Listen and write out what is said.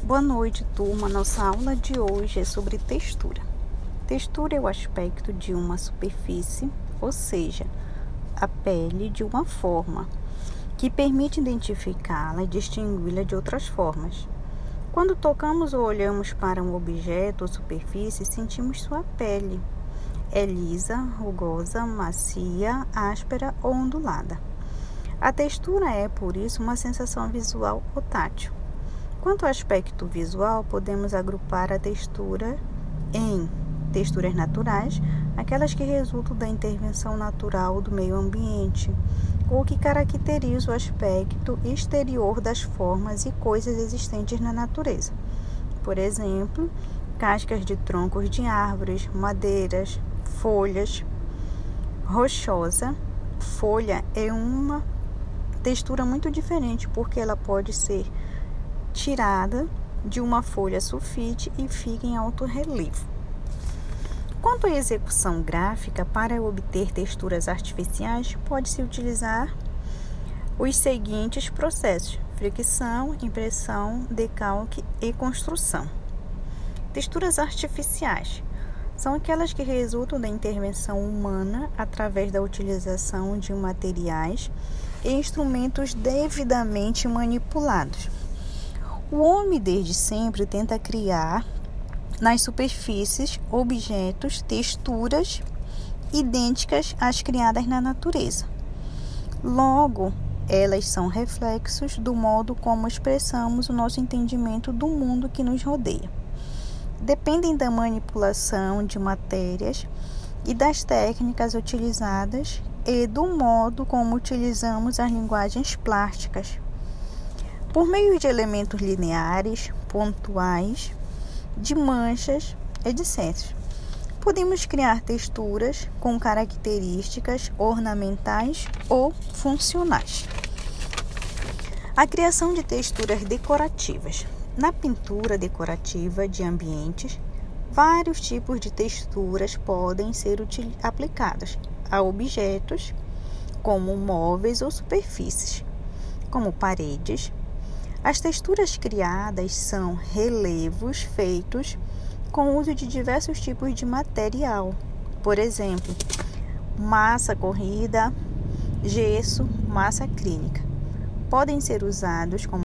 Boa noite, turma. Nossa aula de hoje é sobre textura. Textura é o aspecto de uma superfície, ou seja, a pele de uma forma, que permite identificá-la e distingui-la de outras formas. Quando tocamos ou olhamos para um objeto ou superfície, sentimos sua pele. É lisa, rugosa, macia, áspera ou ondulada. A textura é, por isso, uma sensação visual ou tátil. Quanto ao aspecto visual, podemos agrupar a textura em texturas naturais, aquelas que resultam da intervenção natural do meio ambiente, ou que caracterizam o aspecto exterior das formas e coisas existentes na natureza. Por exemplo, cascas de troncos de árvores, madeiras, folhas. Rochosa, folha é uma textura muito diferente, porque ela pode ser tirada de uma folha sulfite e fica em alto relevo. Quanto à execução gráfica, para obter texturas artificiais, pode-se utilizar os seguintes processos: fricção, impressão, decalque e construção. Texturas artificiais são aquelas que resultam da intervenção humana através da utilização de materiais e instrumentos devidamente manipulados. O homem, desde sempre, tenta criar nas superfícies, objetos, texturas idênticas às criadas na natureza. Logo, elas são reflexos do modo como expressamos o nosso entendimento do mundo que nos rodeia. Dependem da manipulação de matérias e das técnicas utilizadas e do modo como utilizamos as linguagens plásticas. Por meio de elementos lineares, pontuais, de manchas, etc. Podemos criar texturas com características ornamentais ou funcionais. A criação de texturas decorativas. Na pintura decorativa de ambientes, vários tipos de texturas podem ser aplicadas a objetos, como móveis ou superfícies, como paredes. As texturas criadas são relevos feitos com o uso de diversos tipos de material, por exemplo, massa corrida, gesso, massa acrílica. Podem ser usados como